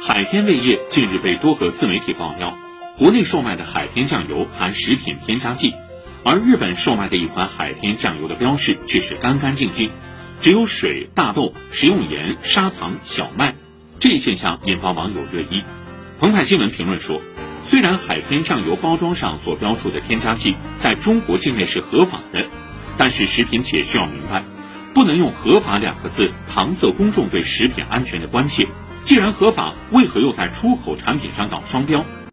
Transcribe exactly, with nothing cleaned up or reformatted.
海天味业近日被多个自媒体爆料，国内售卖的海天酱油含食品添加剂，而日本售卖的一款海天酱油的标示却是干干净净，只有水、大豆、食用盐、砂糖、小麦。这一现象引发网友热议。澎湃新闻评论说，虽然海天酱油包装上所标注的添加剂在中国境内是合法的，但是食品企业需要明白，不能用合法两个字搪塞公众对食品安全的关切。既然合法，为何又在出口产品上搞双标？